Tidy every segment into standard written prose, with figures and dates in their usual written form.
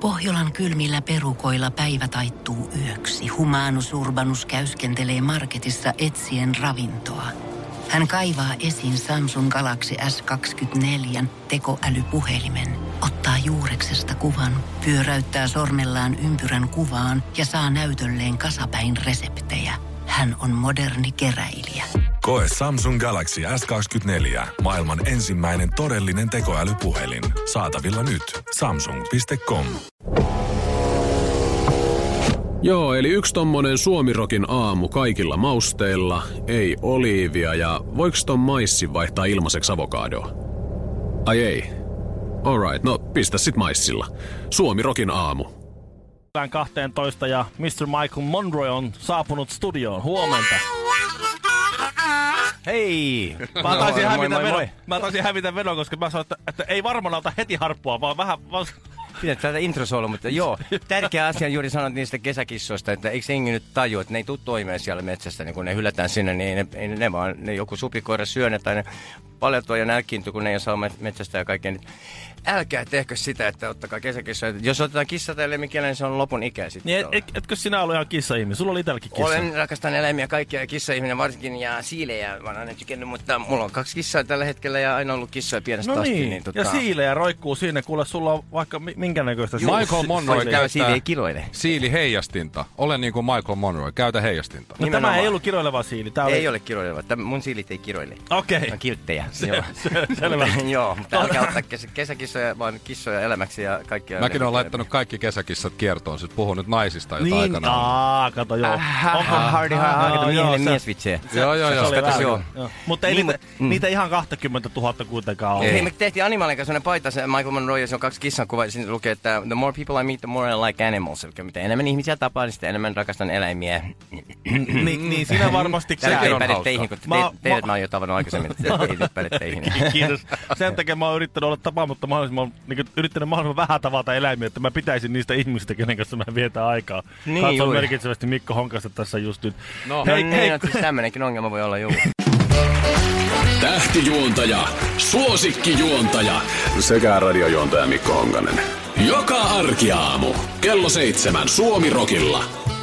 Pohjolan kylmillä perukoilla päivä taittuu yöksi. Humanus Urbanus käyskentelee marketissa etsien ravintoa. Hän kaivaa esiin Samsung Galaxy S24 tekoälypuhelimen, ottaa juureksesta kuvan, pyöräyttää sormellaan ympyrän kuvaan ja saa näytölleen kasapäin reseptejä. Hän on moderni keräilijä. Koe Samsung Galaxy S24. Maailman ensimmäinen todellinen tekoälypuhelin. Saatavilla nyt. Samsung.com. Joo, eli yksi tommonen Suomirokin aamu kaikilla mausteilla, ei oliivia ja voiko ton maissin vaihtaa ilmaiseksi avokadoa? Ai ei. Alright, no pistä sit maissilla. Suomirokin aamu. 12 ja Mr. Michael Monroe on saapunut studioon. Huomenta. Hei! Mä taisin hävitä vedon, koska mä sanoin, että ei varmaan ota heti harppua, vaan vähän... Pitää tätä introsoilla, mutta joo. Tärkeä asia juuri sanot niistä kesäkissoista, että eikö jengi nyt tajua, että ne ei tule toimeen siellä metsästä, niin kun ne hylätään sinne, niin ne joku supikoira syöne tai ne paljatua ja nälkiintyy, kun ne ei saa metsästä ja kaikkea. Älkää tehkö sitä, että ottakaa kesäkissoja. Jos otetaan kissa tai lemmikielä, niin se on lopun ikä sitten. Niin etkö sinä ollut ihan kissa-ihminen? Sulla oli itselläkin kissa. Olen rakastan eläimiä kaikkia ja kissa-ihminen varsinkin ja siilejä. Mä oon aina tykännyt, mutta mulla on 2 kissaa tällä hetkellä ja aina ollut kissoja pienestä asti. Niin, ja siilejä roikkuu siinä. Kuule, sulla on vaikka minkä näköistä. Michael Monroe käyttää siili ei kiroile. Siiliheijastinta. Olen niin kuin Michael Monroe. Käytä heijastinta. No, tämä ei ollut kiroileva siili. Ei ole kiroileva. Mun siilit ei kiroile. Okei. On kilttejä. Selvä. Joo, mutta älkää ottaa kesäkissoja, vaan kissoja elämäksi ja kaikkia. Mäkin olen laittanut kaikki kesäkissat kiertoon. Sitten puhun nyt naisista, joita aikana. Kato joo. Onko Hardy Hagen miehelle miesvitsejä? Joo. Mutta ei niitä ihan 20 000 kuitenkaan ole. Hei, me tehtiin Animalin kanssa sellainen paita, se Michael Monroe, ja se on 2 kissan kuva, ja siinä lukee, että the more people I meet, the more I like animals. Eli mitä enemmän ihmisiä tapaa, niin sitä enemmän rakastan eläimiä. niin siinä varmasti tämä ei päde teihin, kun teidät mä oon jo tavannut aikaisemmin, että ei nyt päde teihin. Kiitos. Sen takia mä oon yrittänyt olla tapaamatta yrittänyt mahdollisimman vähän tavata eläimiä, että mä pitäisin niistä ihmisistä, kenen kanssa mä vietän aikaa. Niin, katson merkitsevästi Mikko Honkasta tässä just nyt. Hei, siis tämmönenkin ongelma voi olla juu. Tähtijuontaja, suosikkijuontaja sekä radiojuontaja Mikko Honkanen. Joka arkiaamu kello 7 Suomirokilla.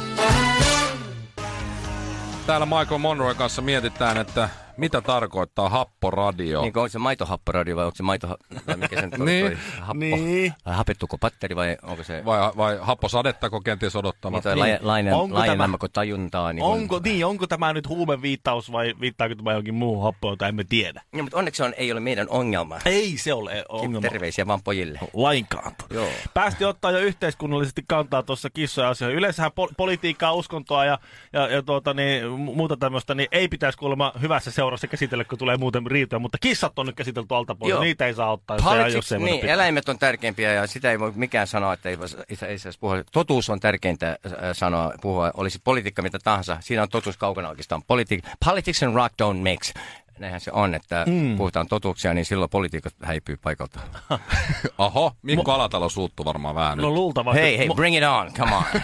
Täällä Michael Monroe kanssa mietitään, että mitä tarkoittaa happoradio. Niin, onko se maitohapporadio vai onko se vai mikä se nyt on niin. Happo? Niin. Vai hapettuko patteri vai onko se... Vai happosadettako kenties odottavat? Niin, laajennammako tajuntaa? Onko tämä nyt huumeviittaus vai viittaako tämä johonkin muuhun happoon, jota emme tiedä? No, mutta onneksi ei ole meidän ongelma. Ei se ole ongelma. Terveisiä vaan pojille. Lainkaan. Joo. Päästi ottaa jo yhteiskunnallisesti kantaa tuossa kissoja asioihin. Yleensähän politiikkaa, uskontoa ja muuta tämmöistä, niin ei pitäisi kuulemma hyvässä seurassa käsitellä, kun tulee muuten riitoja, mutta kissat on nyt käsitelty alta pois, niitä ei saa ottaa, jos ei niin, eläimet on tärkeimpiä ja sitä ei voi mikään sanoa, että ei saisi puhua. Totuus on tärkeintä puhua, olisi politiikka mitä tahansa. Siinä on totuus kaukana oikeastaan. Politics and rock don't mix. Näinhän se on, että puhutaan totuuksia, niin silloin politiikat häipyy paikalta. Oho, Mikko Alatalo suuttuu varmaan vähän nyt. No luultavasti. Hei, bring it on, come on.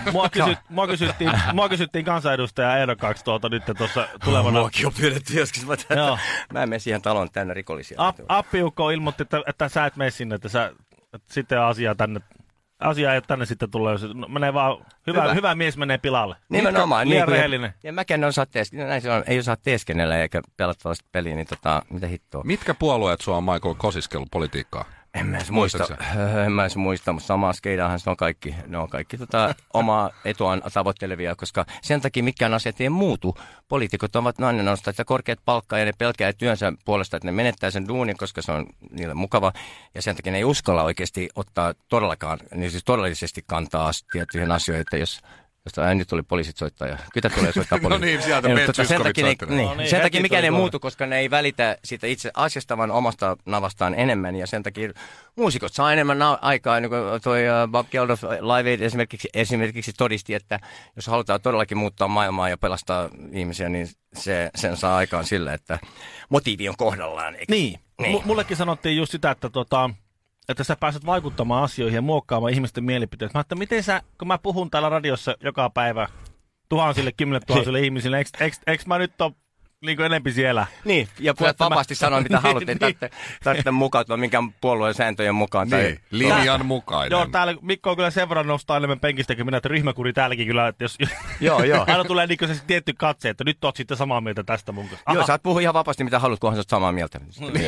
Mua kysyttiin kansanedustaja ehdokkaaksi nyt tuossa tulevana. Muakin on pyydetty joskus. Mä en mene siihen taloon täynnä rikollisia. Appiukko ilmoitti, että sä et mene sinne, että sitten asia ei tänne sitten tulee, jos menee vaan, hyvä mies menee pilalle. Nimenomaan. Niin rehellinen. Ja mäkään ei osaa teeskennellä eikä pelata tällaista peliä, niin mitä hittoa. Mitkä puolueet sua on Michael kosiskellut politiikkaa? En mä edes muista, mutta samaa skeidaahan ne on kaikki omaa etuaan tavoittelevia, koska sen takia mikään asiat ei muutu. Poliitikot ovat aina nostaa sitä korkeat palkkaa ja ne pelkää työnsä puolesta, että ne menettää sen duunin, koska se on niille mukava. Ja sen takia ne ei uskalla oikeasti ottaa todellakaan, niin siis todellisesti kantaa tiettyihin asioihin, että jos nyt tuli poliisit soittaa ja kyllä tulee soittaa poliisit. No niin, sieltä Ben Zyskowicz soittaa. Sen takia mikään ei muutu, koska ne ei välitä siitä itse asiasta, vaan omasta navastaan enemmän. Ja sen takia muusikot saa enemmän aikaa, niin kuin toi Bob Geldof Live Aid esimerkiksi todisti, että jos halutaan todellakin muuttaa maailmaa ja pelastaa ihmisiä, niin sen saa aikaan sillä, että motiivi on kohdallaan. Niin. Mullekin sanottiin just sitä, että sä pääset vaikuttamaan asioihin ja muokkaamaan ihmisten mielipiteet. Mä ajattelin, miten kun mä puhun täällä radiossa joka päivä 10,000, 10,000 ihmisille, eikö mä nyt ole niin enempi siellä. Niin, ja voit vapaasti sanoa, mitä haluat, ei tarvitse mukautua minkään puolueen sääntöjen mukaan. Niin, linjan mukainen. Joo, täällä Mikko on kyllä sen verran nostaa enemmän penkistäkin minä, että ryhmäkuri täälläkin kyllä, että jos Joo. aina tulee niin se tietty katse, että nyt oot sitten samaa mieltä tästä mun kanssa. Joo, saat puhua ihan vapaasti, mitä haluat, kunhan sä oot samaa mieltä.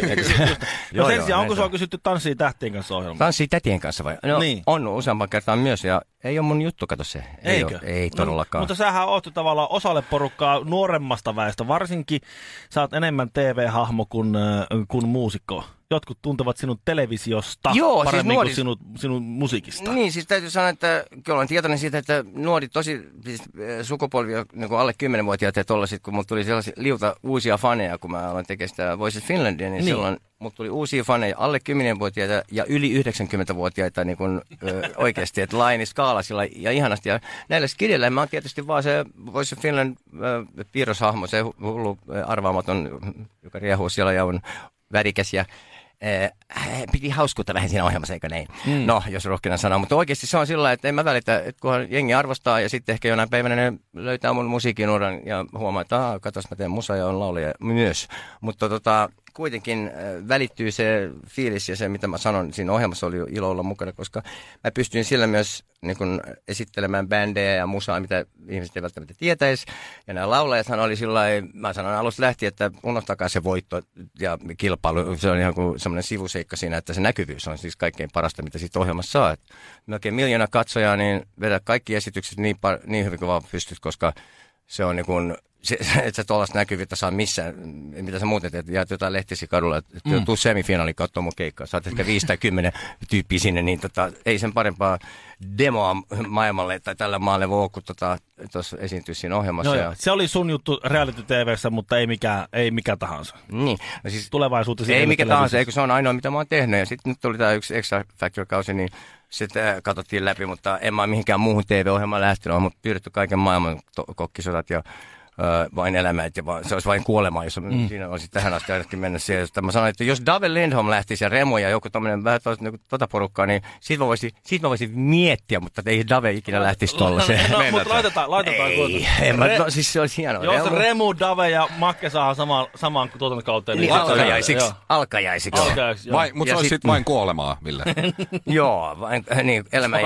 No sen sijaan, onko sua kysytty Tanssii tähtien kanssa ohjelmaa? Tanssii tätien kanssa vai? No, niin. On useamman kertaan myös, ja ei ole mun juttu, kato se. Eikö? Ei todellakaan. Mutta sähän oot tavallaan osalle porukkaa nuoremmasta väestä, varsinkin sä oot enemmän TV-hahmo kuin muusikko. Jotkut tuntevat sinut televisiosta paremmin siis kuin sinun musiikista. Niin, siis täytyy sanoa, että kyllä olen tietoinen siitä, että nuori siis sukupolvia niin alle 10-vuotiaat ja tollasit, kun mulla tuli sellaisia liuta uusia faneja, kun mä aloin tekemään sitä Voices Finlandia, niin silloin mulla tuli uusia faneja alle 10-vuotiaita ja yli 90-vuotiaita niin kuin, oikeasti, että laajeni skaalasilla ja ihanasti. Ja näillä skidillä mä oon tietysti vaan se Voices Finland piirroshahmo, se hullu arvaamaton, joka riehuu siellä ja on värikäs ja piti hauskuutta vähän siinä ohjelmassa, eikö näin? No, jos rohkenan sanoa. Mutta oikeasti se on sillä lailla, että en mä välitä, että kunhan jengi arvostaa ja sitten ehkä jonain päivänä ne löytää mun musiikin uran ja huomaa, että katos mä teen musaa ja on laulaja myös. Mutta kuitenkin välittyy se fiilis ja se, mitä mä sanon, siinä ohjelmassa oli ilo olla mukana, koska mä pystyin sillä myös niin kun esittelemään bändejä ja musaa, mitä ihmiset ei välttämättä tietäisi. Ja nämä laulajathan oli sillä lailla, mä sanon alusta lähtien, että unohtakaa se voitto ja kilpailu. Se on ihan kuin semmoinen sivuseikka siinä, että se näkyvyys on siis kaikkein parasta, mitä siitä ohjelmassa saa. Et melkein 1 miljoona katsojaa, niin vedä kaikki esitykset niin hyvin kuin vaan pystyt, koska se on niin kuin että sä tuollaista näkyvyyttä saa missään, mitä sä muuten teet, jaat jotain lehtisi kadulla, että tuu semifinaaliin katsomaan mun keikkaa, saat ehkä 5 tai 10 tyyppiä sinne, niin ei sen parempaa demoa maailmalle tai tällä maalle voi kun tuossa esiintyy siinä ohjelmassa. No, se oli sun juttu reality TV:ssä, mutta ei mikä tahansa. Niin. No siis, tulevaisuutta ei mikä tahansa, eikö se on ainoa, mitä mä oon tehnyt, ja sitten nyt tuli tämä yksi Extra Factor-kausi, niin sitten katsottiin läpi, mutta en mä mihinkään muuhun TV-ohjelmaan lähtenyt, on mut pyydetty kaiken maailman kokkisodat ja vain elämä, että se olisi vain kuolema, jos siinä olisi tähän asti ainakin mennä siihen. Mä sanoin, että jos Dave Lindholm lähtisi ja Remo ja joku tommoinen vähän porukkaa, niin siitä mä voisin miettiä, mutta ei Dave ikinä lähtisi tollaiseen. No, mutta laitetaan siis se olisi hienoa. Jos Remu, Dave ja Makke saa samaan tuotantokauteen. Niin alkajaisiksi. Mutta se olisi sitten vain kuolemaa, Ville. Joo, niin,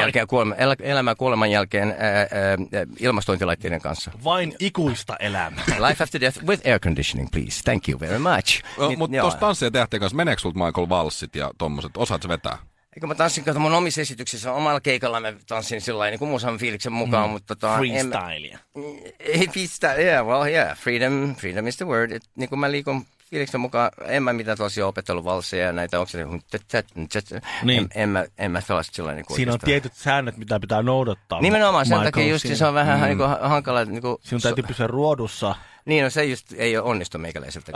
elämän kuoleman jälkeen ilmastointilaitteiden kanssa. Vain ikuista elämää. Life after death with air conditioning, please. Thank you very much. Mutta tuossa Tanssien tähtien kanssa, meneekö sulta Michael valssit ja tommoset? Osaat sä vetää? Eikö mä tanssin mun omissa esityksissä, omalla keikalla mä tanssin sillain niin kuin musan fiiliksen mukaan, mutta freestylia. Ei freestyle, yeah, freedom is the word. Niin kuin mä liikun fiiliksen mukaan, en mä mitään tosiaan opetellut valsseja ja näitä, onko se niin. En mä sellaista sillain niin kuin siinä on tietyt säännöt, mitä pitää noudattaa. Nimenomaan, sen takia just se on vähän niin kuin hankala. Niin kuin, sinun täytyy pysyä ruodussa. Niin, no se just ei ole onnistu meikäläiseltä.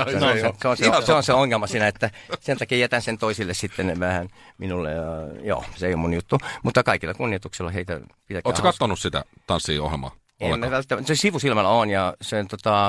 Se on se ongelma siinä, että sen takia jätän sen toisille sitten vähän minulle. Ja, joo, se ei ole mun juttu. Mutta kaikilla kunnioituksella heitä pitäkää. Ootko katsonut sitä tanssiohjelmaa? En välttämättä. Se sivusilmällä on ja sen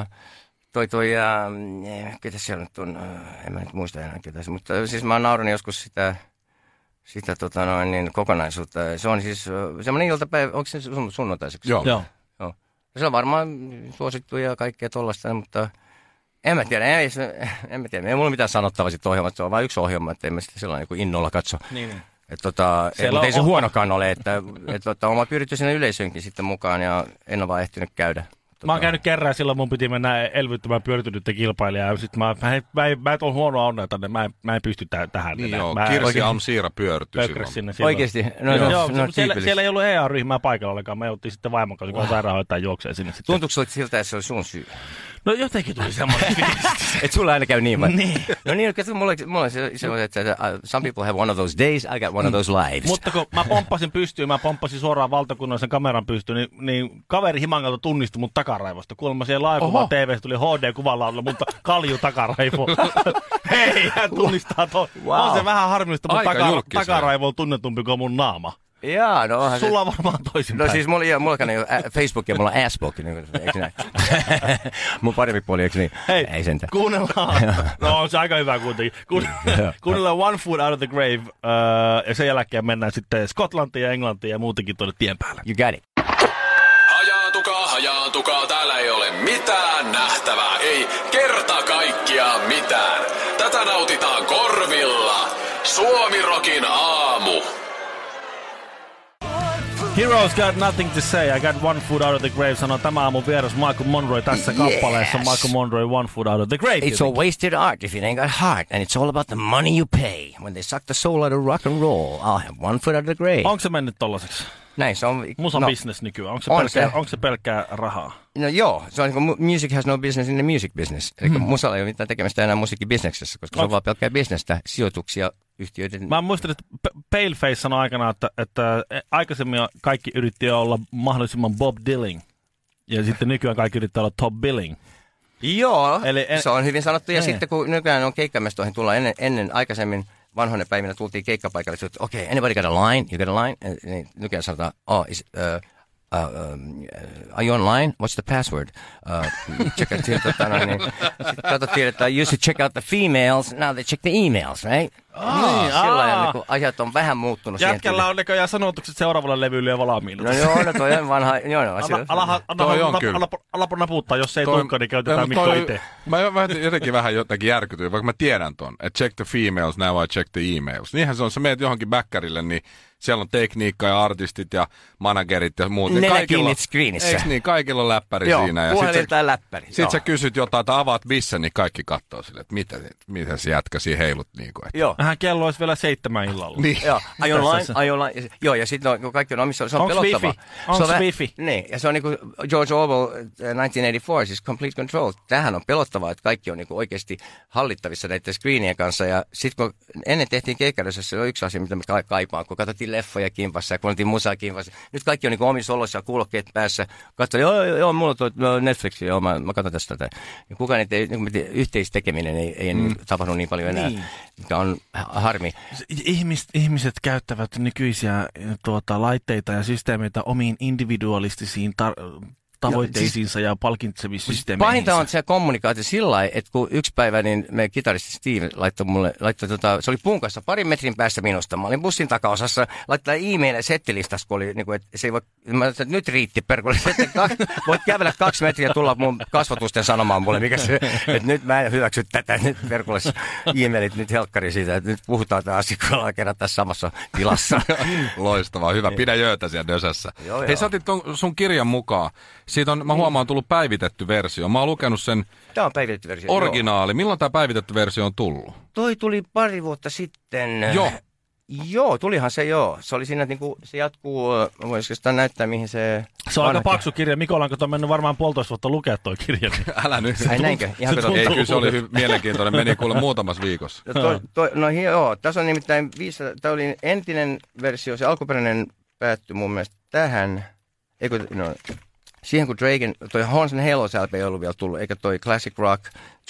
ketä siellä nyt on, en mä nyt muista enää ketä se, mutta siis mä oon naurannut joskus sitä niin kokonaisuutta. Se on siis semmoinen iltapäivä, onko se sunnuntaiseksi? Joo. Se on varmaan suosittu ja kaikkea tollaista, mutta en mä tiedä. Ei mulla mitään sanottavaa siitä ohjelmasta. Se on vain yksi ohjelma, että en mä sitä sellainen kuin innolla katso. Niin. Mutta ei se huonokaan ole, että oma pyritty sinne yleisöönkin sitten mukaan ja en ole vaan ehtinyt käydä. Mä oon käynyt kerran, silloin mun piti mennä elvyttämään pyöritynyttä kilpailijaa. Sitten mä et ole huonoa onnea tänne, mä en pysty tähän. Niin joo, Kirsi Amsiira pyörtyi silloin. Oikeesti? Siellä ei ollut EA-ryhmää paikalla ollenkaan. Me jouttiin sitten vaimon kanssa, kun sairaanhoitaja juoksee sinne. Tuntuuko siltä, että se oli sun syy? No jotenkin tuli semmoinen fiilis. Että sulla aina käy niin vai? Niin. No niin, mulla se on, että some people have one of those days, I got one of those lives. Mutta kun mä pomppasin suoraan valtakunnallisen kameran pystyyn, niin kaveri Himangalta tunnisti mun takaraivosta. Kuulemma siellä live-kuva TV:stä tuli HD-kuvalla, mutta kalju takaraivo. Hei, hän tunnistaa wow. On se vähän harmillista, mutta takaraivo on tunnetumpi kuin mun naama. Jaa, no onhan sulla on varmaan toisinpäin. No siis mulla ei ole Facebook ja mulla on Assbook, eikö näin? Mun parempi puoli, eikö niin? Hei, ei sentään. Kuunnellaan. No on se aika hyvä kuitenkin. Kuunnellaan One Foot Out of the Grave ja sen jälkeen mennään sitten Skotlantiin ja Englantiin ja muutenkin tuonne tien päälle. You got it. Hajaantukaa, täällä ei ole mitään nähtävää, ei kerta kaikkiaan mitään. Tätä nautitaan korvilla. Suomi-rokin aamu. Heroes got nothing to say. I got one foot out of the grave. Sanoo tämä aamun vieras Michael Monroe tässä kappaleessa. Michael Monroe, one foot out of the grave. It's a wasted art if it ain't got heart. And it's all about the money you pay. When they suck the soul out of rock and roll, I'll have one foot out of the grave. Onko se mennyt tollaseksi? Näin se on. Musan business nykyään. Onko se pelkkää rahaa? No joo, se on niin kuin music has no business in the music business. Eli musalla ei ole mitään tekemistä enää musiikkibisneksessä, koska se on vaan pelkkää bisnestä, sijoituksia, yhtiöiden. Mä muistan, että Paleface sanoi aikana, että aikaisemmin kaikki yritti olla mahdollisimman Bob Dylan. Ja sitten nykyään kaikki yrittää olla Top Billing. Joo, se on hyvin sanottu. Ja sitten kun nykyään on keikkamestoihin tulla ennen aikaisemmin, vanhoinen päivinä tultiin keikkapaikalle, että okei, anybody got a line? You got a line? Nykyään sanotaan, are you online? What's the password? Checkattiin sitten katsottiin, että I used to check out the females, now they check the emails, right? Silloin niin ajat on vähän muuttunut. Jätkällä on näköjään sanotukset seuraavalla levyllä ja valmiina. No joo, no toi on vanha. Alapana puuttaa, jos ei tulekaan, niin käytetään Mikko itse. Mä jotenkin vähän jotenkin järkytyin, vaikka mä tiedän ton, että check the females, now I check the emails. Niinhän se on, sä meet johonkin bäkkärille, niin siellä on tekniikka ja artistit ja managerit ja muut. Nenä kiinni screenissä. Eiks niin? Kaikilla on läppäri siinä. Joo, puhelin tai läppäri. Sitten sä kysyt jotain, tai avaat bissä, niin kaikki katsoo silleen, että mitä se jätkä siinä heilut. Joo. Vähän kello olisi vielä 7 illalla. Niin. Joo, ajoin. Joo, ja sitten kun kaikki on omissa, se on pelottavaa. Onko wifi? Niin, ja se on niin kuin George Orwell 1984, siis Complete Control. Tämähän on pelottavaa, että kaikki on niin kuin oikeasti hallittavissa näiden screenien kanssa. Ja sitten kun ennen tehtiin keikkaudessa, se on yksi asia, mitä me kaipaan, kun katsottiin leffoja kimpassa ja kuunneltiin musaa kimpassa. Nyt kaikki on niin kuin omissa oloissa ja kuulokkeet päässä. Katsoin, joo, mulla on Netflix, joo, mä katson tästä tätä. Ja kukaan ei, yhteistekeminen ei tapahdu niin paljon enää, mikä on harmi. Ihmiset käyttävät nykyisiä laitteita ja systeemeitä omiin individualistisiin tavoitteisiinsa ja palkitsemissysteemeihin. Pahinta on se kommunikaatio sillä lailla, että kun yksi päivä niin me kitaristi Steve laittoi se oli punkassa parin metrin päässä minusta. Mä olin bussin takaosassa, laittaa e-mail settilistassa, kun oli, niin kuin, että se ei voi, mä sanoin, että nyt riitti perkulle. Voit kävellä 2 metriä ja tulla mun kasvatusten sanomaan mulle, mikä se, että nyt mä en hyväksy tätä, nyt perkulle e-mailit, nyt helkkari siitä, että nyt puhutaan tämä asia, kun ollaan kerran tässä samassa tilassa. Loistavaa, hyvä. Pidä jöötä siellä Dösässä. Hei, sä otit sun kirjan mukaan. Siitä on, mä huomaan, on tullut päivitetty versio. Mä oon lukenut sen originaali. Milloin tämä päivitetty versio on tullut? Toi tuli pari vuotta sitten. Joo, tulihan se joo. Se oli siinä, että se jatkuu, voisiko sitä näyttää, mihin se... Se on aika paksu kirja. Mikolanko on mennyt varmaan 1,5 vuotta lukea toi kirja. Älä nyt. Ai näinkö? Ei, kyllä se oli mielenkiintoinen. Meni kuule muutamassa viikossa. Joo, tässä on nimittäin tämä oli entinen versio. Se alkuperäinen päättyi mun mielestä tähän. Siihen kun Dragon, toi Horns and Halos LP ei ollut vielä tullut, eikä toi Classic Rock,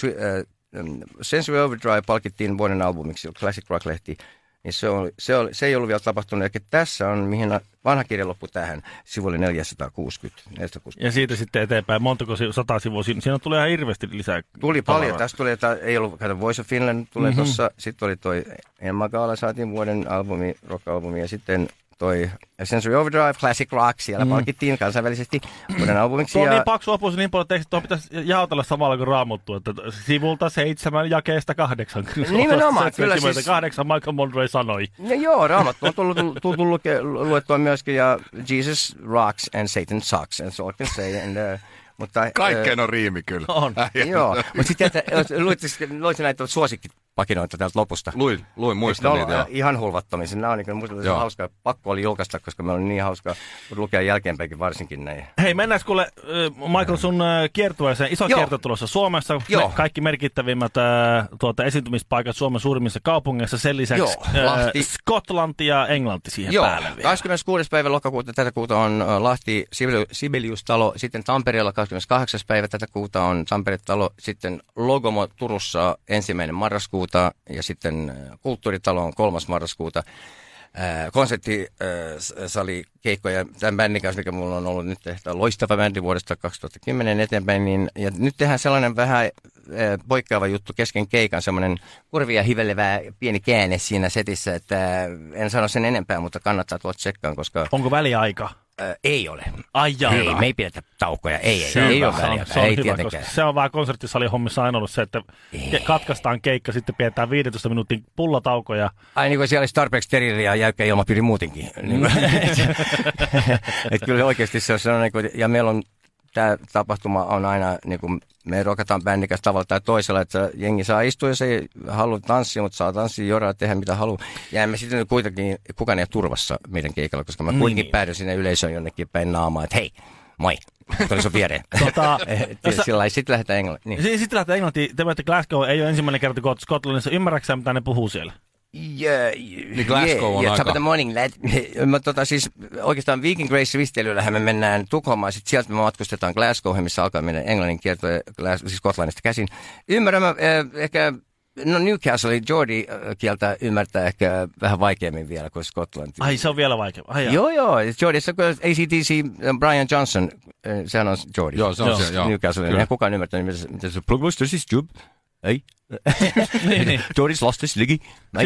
Sensory Overdrive palkittiin vuoden albumiksi, Classic Rock-lehti, niin se ei ollut vielä tapahtunut. Eli tässä on, mihin vanha kirja loppui tähän, sivulle 460. Ja siitä sitten eteenpäin, montako 100 sivua, siinä tulee ihan hirveästi lisää. Tuli paljon, tästä tuli, että ei ollut, Voice of Finland tulee tuossa, sitten oli toi Emma Gala, saatiin vuoden albumi, rock-albumi, ja sitten toi Sensory Overdrive, Classic Rock, siellä palkittiin kansainvälisesti vuoden albumiksi. Tuo on niin paksu opus niin paljon, että tuohon pitäisi jaotella samalla kuin Raamattu, että sivulta 7, jakeesta 8. Nimenomaan, kyllä siis. 8 Michael Monroe sanoi. No joo, Raamattu on tullut luettua myöskin, ja Jesus rocks and Satan sucks, and so I can say. Mutta, kaikkeen on riimi kyllä. On. Joo, mutta sitten luitko näitä suosikkipakinoita täältä lopusta? Luin muistan niitä. Joo. Ihan hulvattomia. Nämä on niin hauskaa. Pakko oli julkaista, koska me oli niin hauskaa lukea jälkeenpäinkin varsinkin näin. Hei, mennään kuule Michael sun kiertueeseen. Iso kierto tulossa Suomessa. Kaikki merkittävimmät esiintymispaikat Suomen suurimmissa kaupungeissa. Sen lisäksi Skotlanti ja Englanti siihen päälle vielä. 26. päivä lokakuuta tätä kuuta on Lahti Sibelius-talo. Sitten Tampereella 28. päivä tätä kuuta on Tampere-talo. Sitten Logomo Turussa 1. marraskuuta ja sitten Kulttuuritalo on 3. marraskuuta. Konserttisali keikkoja tämän bändin kanssa, mikä mulla on ollut nyt loistava bändi vuodesta 2010 eteenpäin. Niin, ja nyt tehdään sellainen vähän poikkeava juttu kesken keikan, semmoinen kurvia hivelevää pieni käänne siinä setissä, että en sano sen enempää, mutta kannattaa tuoda tsekkaan, koska... Onko väliaika? Ei ole. Ai jaa. Ei, me ei pidetä taukoja. Ei ole väliä. Se on ei hyvä, tietenkään. koska se on vaan konserttisalihommissa aina ollut se, että katkaistaan keikka, sitten pidetään 15 minuutin pullataukoja. Ai niin kuin siellä olisi tarpeeksi steriili ja jäykkä ilmapiiri muutenkin. Että kyllä oikeasti se on sellainen, ja meillä on tämä tapahtuma on aina, niin kuin me rokataan bändikäs tavalla tai toisella, että jengi saa istua, jos ei halua tanssia, mutta saa tanssia, joraa, tehdä mitä haluaa. Ja emme sitten kuitenkin, kukaan ei ole turvassa meidän keikalla, koska mä kuitenkin päädyin sinne yleisöön jonnekin päin naamaa, että hei, moi, tuli sun viereen. Sitten lähdetään Englantiin. Niin. Sitten lähdetään Englantiin. Te menette Glasgow, ei ole ensimmäinen kerta, kun olet Skotlannissa. Ymmärrätkö mitä ne puhuu siellä? Niin Glasgow on aika... Top of the morning, lad. Siis oikeastaan Viking Grace risteilyllähän me mennään Tukholmaan, sitten sieltä me matkustetaan Glasgowhin, missä alkaa meidän englannin kiertue, siis Skotlannista käsin. Ymmärrämme ehkä, Newcastle, Geordie kieltä ymmärtää ehkä vähän vaikeammin vielä kuin Skotlanti. Ai, se on vielä vaikeammin. Joo, Geordie, AC/DC, Brian Johnson, sehän on Geordie. Joo, se on se, joo. Newcastle, ei kukaan ymmärtänyt, mitä se plug was, this is job. Ei. Geordie's lost his ligi.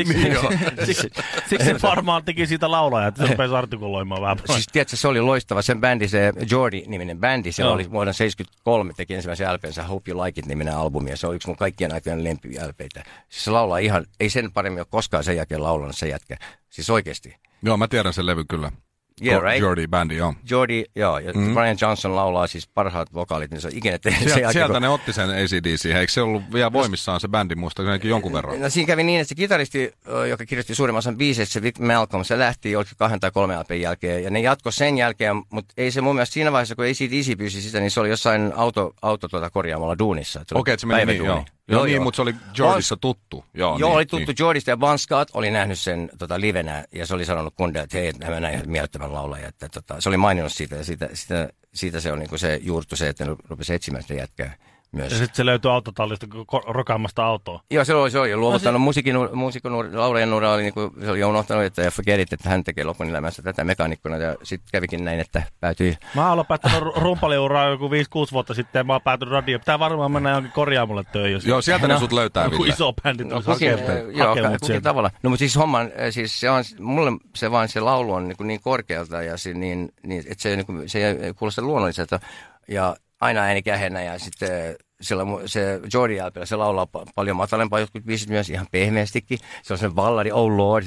Siksi varmaan teki siitä laulaja, että se rupesi artikuloimaan vähän. Siis tiedätkö, se oli loistava. Sen bändi, se Geordie-niminen bändi, se oli vuonna 1973, teki ensimmäisen LP:nsä Hope You Like It-niminen albumi, ja se on yksi mun kaikkien aikojen lempi-LPitä. Siis se laulaa ihan, ei sen paremmin ole koskaan sen jälkeen laulanut se jätkä. Siis oikeesti. Joo, mä tiedän sen levy kyllä. Yeah, right? Geordie-bändi, joo. Geordie, joo. Ja Brian Johnson laulaa siis parhaat vokaalit, niin se on ikinä tehnyt. Sieltä ne otti sen AC/DC. Eikö se ollut vielä voimissaan se bändi, muista jonkun verran? No siinä kävi niin, että se kitaristi, joka kirjoitti suurimman osan biiseistä, se Vic Malcolm, se lähti jo 2 tai 3 LP:n jälkeen. Ja ne jatkoi sen jälkeen, mutta ei se mun mielestä siinä vaiheessa, kun AC/DC pyysi sitä, niin se oli jossain korjaamalla duunissa. Okei, se meni niin, joo. Joo, niin, mutta se oli Geordiessa tuttu. Joo, niin, oli tuttu Geordista, ja Bon Scott oli nähnyt sen livenä, ja se oli sanonut kundeille, että hei, mä näin miellyttävän laulaja. Että, se oli maininnut siitä, ja siitä se on niin kuin se juurtu se, että ne rupesi etsimään sitä jätkää myös. Ja sitten se löytyi autotallista rokaamasta autoa. Joo, se oli luovuttanut muusikon laulajan ura, oli niin kuin, se oli jo unohtanut, että forget it, että hän tekee lopun elämässä tätä mekanikkona, ja sitten kävikin näin, että päätyi. Mä oon lopettanut rumpaliuraa joku 5-6 vuotta sitten, ja mä oon päätynyt radioon. Pitää varmaan mennä johonkin korjaamulle töihin. Joo, sieltä ne sut löytää, Ville. Iso bändi tulisi kukin tavalla. No, mutta siis homman, siis se on, mulle se vaan se laulu on niin korkealta, ja se, niin, että se ei kuulosta luonnolliselta, ja aina ääni kähennä, ja sitten se Geordie LP:llä se laulaa paljon matalempaa, jotkut biisit myös ihan pehmeästikin. Se on sen balladi, oh Lord.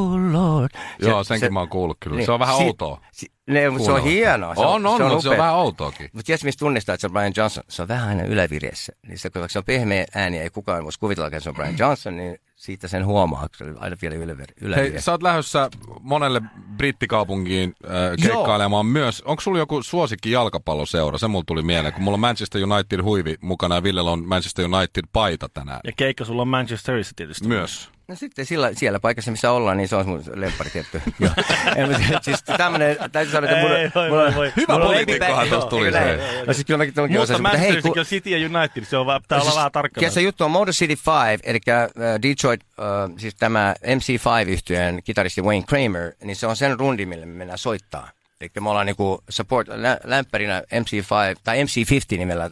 Joo, senkin mä oon kuullut kyllä. Niin, se on vähän outoa. Se on hienoa. Mutta se on vähän outoakin. Mutta tiedätkö, mistä tunnistaa, että se on Brian Johnson? Se on vähän aina ylävireessä. Niin se, kun se on pehmeä ääni, ei kukaan voisi kuvitella, että se on Brian Johnson, niin siitä sen huomaa, että se on aina vielä ylävireessä. Hei, sä oot lähdössä monelle brittikaupunkiin keikkailemaan myös. Onko sulla joku suosikki jalkapalloseura? Se mulla tuli mieleen, kun mulla on Manchester United huivi mukana ja Villellä on Manchester United paita tänään. Ja keikka sulla on Manchesterissa tietysti. Myös. No sitten siellä paikassa, missä ollaan, niin se on mun lemppari tietty. Siis tämmönen, täytyy sanoa, että hyvä poliitikkohan tuossa tuli se. No siis kyllä mäkin tuonkin osasin. Mutta Manchesterissa on City ja United, se on pitää olla vähän tarkkana. Se juttu on Motor City 5, eli Detroit, siis tämä MC5-yhtyeen kitaristi Wayne Kramer, niin se on sen rundi, millä me mennään soittaa. Eli me ollaan niinku lämpärinä MC5, tai MC50 nimellä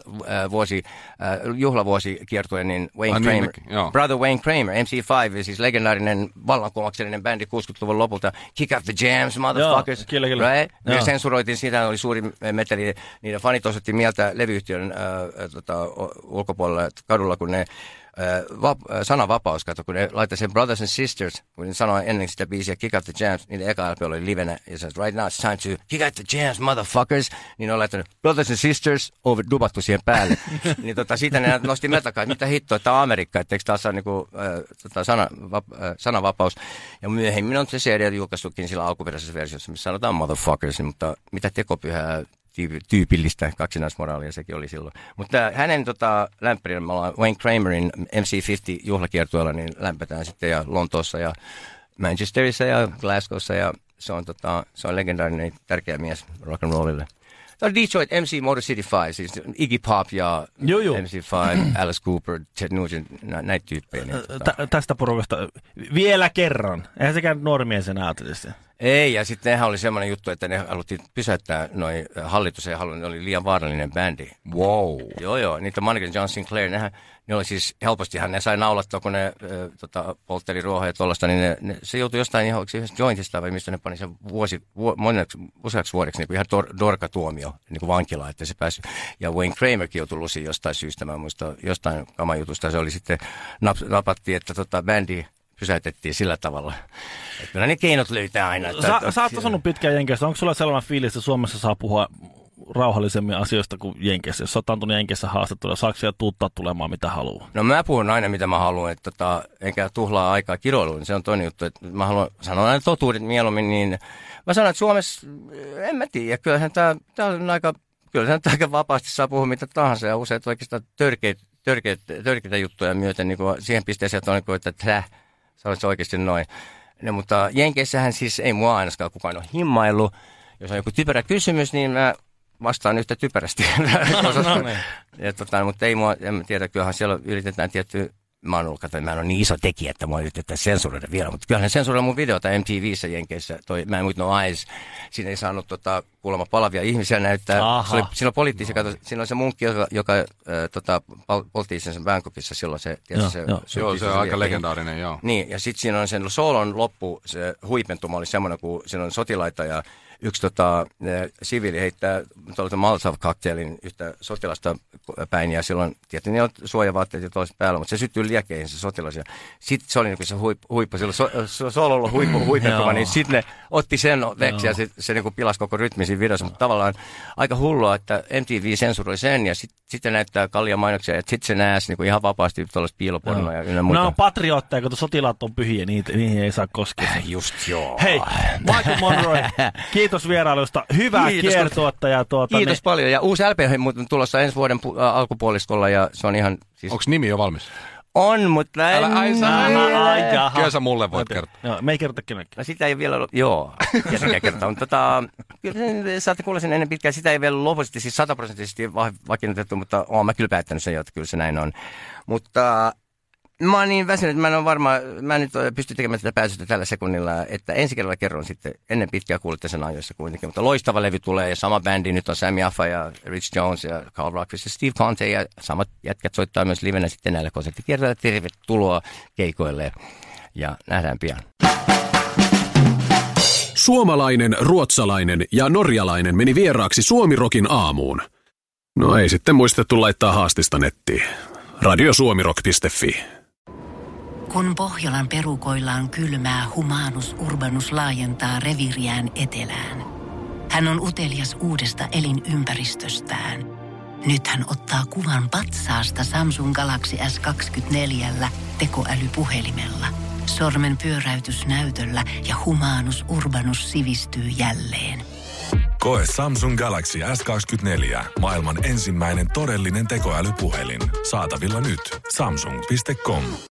juhlavuosikiertueen, niin Wayne Kramer, Brother Wayne Kramer, MC5, siis legendaarinen vallankumouksellinen bändi 60-luvun lopulta, Kick Out the Jams, motherfuckers, joo, kyllä. Right? Me sensuroitiin, siitä oli suuri meteli, niiden fanit osoitti mieltä levyyhtiön ulkopuolella kadulla, kun ne sananvapaus, kato, kun ne laittoi sen Brothers and Sisters, kun ne sanoi ennen sitä biisiä Kick Out the Jams, niin eka LP oli livenä, ja se right now it's time to Kick Out the Jams, motherfuckers, niin ne on laittanut Brothers and Sisters, dubattu siihen päälle. Niin siitä ne nosti metakaa, että mitä hittoa, tämä on Amerikka, etteikö taas ole niinku, sananvapaus. Ja myöhemmin on se CD julkaistukin sillä alkuperäisessä versiossa, missä sanotaan motherfuckers, mutta mitä tekopyhää tyypillistä kaksinaismoraalia sekin oli silloin. Mutta hänen lämpärin, me ollaan Wayne Kramerin MC50 juhlakiertueella, niin lämpätään sitten ja Lontoossa ja Manchesterissa ja Glasgowssa, ja se on legendaarinen tärkeä mies rock'n'rollille. Tämä on Detroit MC Motor City 5, siis Iggy Pop ja MC5, Alice Cooper, Ted Nugent, näitä tyyppejä. Tästä porukasta vielä kerran. Eihän sekään nuori mies enää tietysti. Ei, ja sitten nehän oli semmoinen juttu, että ne haluttiin pysäyttää hallitus ei halunnut, ne oli liian vaarallinen bändi. Wow. Joo, niitä Monaghan John Sinclair, ne oli siis helpostihan, ne sai naulattua, kun ne poltteli ruohoja ja tuollaista, niin se joutui jostain ihan yhdessä jointista, vai mistä ne pani sen useaksi vuodeksi niin kuin ihan dorkatuomio niin kuin vankilaan, että se pääsi. Ja Wayne Kramerkin joutui lusiin jostain syystä, mä muistan jostain kamajutusta, se oli sitten napattiin, että bändi pysäytettiin sillä tavalla. Että kyllä ne keinot löytää aina. Sä oot asunut pitkään Jenkeissä. Onko sulla sellainen fiilis, että Suomessa saa puhua rauhallisemmin asioista kuin Jenkeissä? Jos sä oot antunut Jenkeissä haastattelua, saako siellä tuuttaa tulemaan mitä haluaa? No mä puhun aina mitä mä haluan, että enkä tuhlaa aikaa kiroiluun. Niin se on toinen juttu, että mä haluan sanoa aina totuudet mieluummin. Niin mä sanon, että Suomessa, en mä tiedä, kyllähän tää on aika vapaasti saa puhua mitä tahansa ja usein oikeastaan törkeitä juttuja myöten niin siihen pisteeseen, että on niin kuin, että se olisi oikeasti noin. No, mutta Jenkeissähän siis ei mua ainakaan kukaan ole himmaillut. Jos on joku typerä kysymys, niin mä vastaan yhtä typerästi. Mutta ei mua, en tiedä, kyllähän siellä yritetään tiettyä, mä en ole niin iso tekijä, että mua yritetään sensuroida vielä, mutta kyllähän sensuroida mun videota MTV:ssä Jenkeissä, mä en muista No Eyes, siinä ei saanut kuulemma palavia ihmisiä näyttää. Siinä on poliittisia, siinä on se munkki, joka polttiin sen Bangkokissa silloin se. Se on aika legendaarinen, joo. Niin, ja sitten siinä on sen soolon loppu, se huipentuma oli semmoinen, kun siinä on sotilaita ja yksi siviili heittää Molotov-cocktailin yhtä sotilasta päin ja silloin tietysti ne on suojavaatteet ja toiset päällä, mutta se syttyy liekeihin se sotilas. Ja sitten se oli niin kuin se huippu, silloin sololla huipentuma, niin sitten ne otti sen veksi ja se niin kuin pilasi koko rytmin siinä videossa, mutta tavallaan aika hullua, että MTV sensuroi sen ja sitten näyttää kallia mainoksia ja sitten se nääsi niin kuin ihan vapaasti tuollaista piilopornoa ja ynnä muuta. No on patriootteja, kun sotilaat on pyhiä, niihin ei saa koskea. Just joo. Hei, Michael Monroe, kiitos vierailusta. Hyvää kiertuetta. Kiitos paljon. Ja uusi LP on tulossa ensi vuoden alkupuoliskolla ja se on ihan... Siis... Onko nimi jo valmis? On, mutta... Kyllä sä mulle voit kertoa. Joo, me ei kerrota kenellekään. No sitä ei vielä... Joo, tietenkään kertaa. Mutta kyllä saatte kuulla sen ennen pitkään. Sitä ei vielä lopullisesti, siis 100% vakiinnutettu, mutta olen mä kyllä päättänyt sen jo, että kyllä se näin on. Mutta... Mä oon niin väsynyt, että mä en nyt pysty tekemään tätä pääsystä tällä sekunnilla, että ensi kerralla kerron sitten, ennen pitkää kuulitte sen ajoissa kuitenkin, mutta loistava levy tulee ja sama bändi, nyt on Sammy Affa ja Rich Jones ja Carl Rockfist ja Steve Conte ja samat jätkät soittaa myös livenä sitten näillä konserttikiertoilla. Tervetuloa keikoille ja nähdään pian. Suomalainen, ruotsalainen ja norjalainen meni vieraaksi Suomirokin aamuun. No ei sitten muistettu laittaa haastista nettiin. Radiosuomirock.fi. Kun Pohjolan perukoillaan kylmää, Humanus Urbanus laajentaa reviiriään etelään. Hän on utelias uudesta elinympäristöstään. Nyt hän ottaa kuvan patsaasta Samsung Galaxy S24 tekoälypuhelimella. Sormen pyöräytys näytöllä ja Humanus Urbanus sivistyy jälleen. Koe Samsung Galaxy S24. Maailman ensimmäinen todellinen tekoälypuhelin. Saatavilla nyt. Samsung.com.